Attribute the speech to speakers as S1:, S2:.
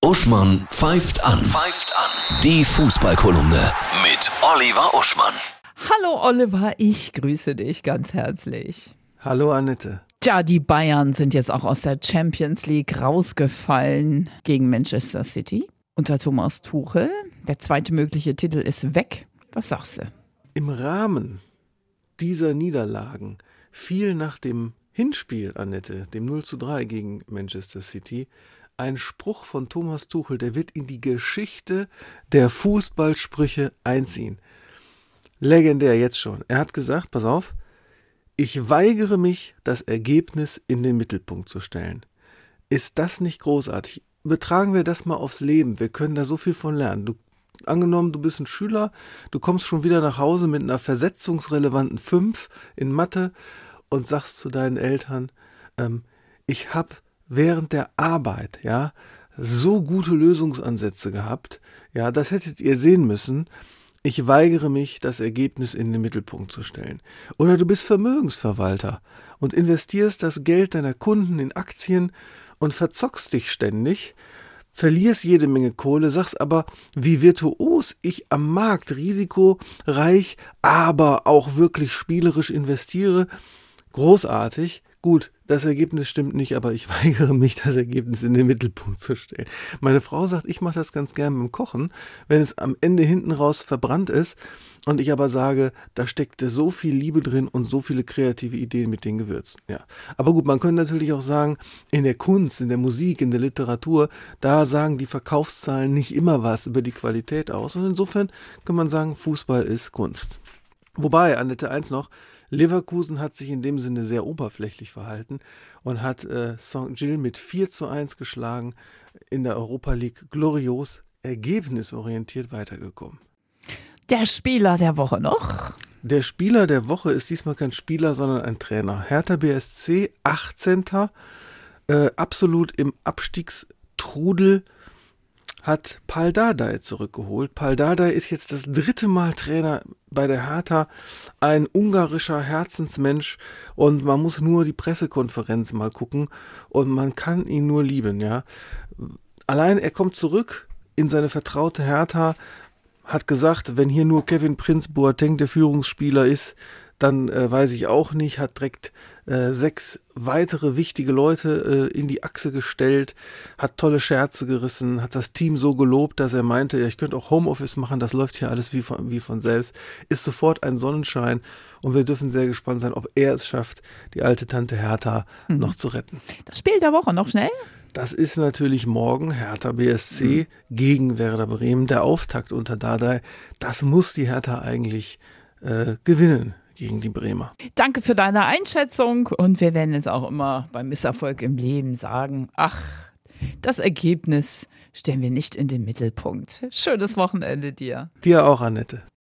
S1: Uschmann pfeift an. Die Fußballkolumne mit Oliver Uschmann.
S2: Hallo Oliver, ich grüße dich ganz herzlich.
S3: Hallo Annette.
S2: Tja, die Bayern sind jetzt auch aus der Champions League rausgefallen gegen Manchester City unter Thomas Tuchel. Der zweite mögliche Titel ist weg. Was sagst du?
S3: Im Rahmen dieser Niederlagen fiel nach dem Hinspiel, Annette, dem 0:3 gegen Manchester City, ein Spruch von Thomas Tuchel, der wird in die Geschichte der Fußballsprüche einziehen. Legendär jetzt schon. Er hat gesagt, pass auf, ich weigere mich, das Ergebnis in den Mittelpunkt zu stellen. Ist das nicht großartig? Betragen wir das mal aufs Leben. Wir können da so viel von lernen. Angenommen, du bist ein Schüler, du kommst schon wieder nach Hause mit einer versetzungsrelevanten 5 in Mathe und sagst zu deinen Eltern, ich habe während der Arbeit, so gute Lösungsansätze gehabt, das hättet ihr sehen müssen. Ich weigere mich, das Ergebnis in den Mittelpunkt zu stellen. Oder du bist Vermögensverwalter und investierst das Geld deiner Kunden in Aktien und verzockst dich ständig, verlierst jede Menge Kohle, sagst aber, wie virtuos ich am Markt risikoreich, aber auch wirklich spielerisch investiere. Großartig. Gut, das Ergebnis stimmt nicht, aber ich weigere mich, das Ergebnis in den Mittelpunkt zu stellen. Meine Frau sagt, ich mache das ganz gern beim Kochen, wenn es am Ende hinten raus verbrannt ist und ich aber sage, da steckte so viel Liebe drin und so viele kreative Ideen mit den Gewürzen. Ja. Aber gut, man könnte natürlich auch sagen, in der Kunst, in der Musik, in der Literatur, da sagen die Verkaufszahlen nicht immer was über die Qualität aus. Und insofern kann man sagen, Fußball ist Kunst. Wobei, Annette, eins noch, Leverkusen hat sich in dem Sinne sehr oberflächlich verhalten und hat St. Gilles mit 4:1 geschlagen, in der Europa League glorios, ergebnisorientiert weitergekommen.
S2: Der Spieler der Woche noch?
S3: Der Spieler der Woche ist diesmal kein Spieler, sondern ein Trainer. Hertha BSC, 18. Absolut im Abstiegstrudel, hat Pal Dardai zurückgeholt. Pal Dardai ist jetzt das 3. Mal Trainer bei der Hertha, ein ungarischer Herzensmensch und man muss nur die Pressekonferenz mal gucken und man kann ihn nur lieben, Allein er kommt zurück in seine vertraute Hertha, hat gesagt, wenn hier nur Kevin Prince Boateng der Führungsspieler ist, dann weiß ich auch nicht, hat direkt 6 weitere wichtige Leute in die Achse gestellt, hat tolle Scherze gerissen, hat das Team so gelobt, dass er meinte, ich könnte auch Homeoffice machen, das läuft hier alles wie von selbst, ist sofort ein Sonnenschein und wir dürfen sehr gespannt sein, ob er es schafft, die alte Tante Hertha noch zu retten.
S2: Das Spiel der Woche noch schnell?
S3: Das ist natürlich morgen Hertha BSC gegen Werder Bremen, der Auftakt unter Dardai. Das muss die Hertha eigentlich gewinnen gegen die Bremer.
S2: Danke für deine Einschätzung und wir werden jetzt auch immer beim Misserfolg im Leben sagen, das Ergebnis stellen wir nicht in den Mittelpunkt. Schönes Wochenende dir.
S3: Dir auch, Annette.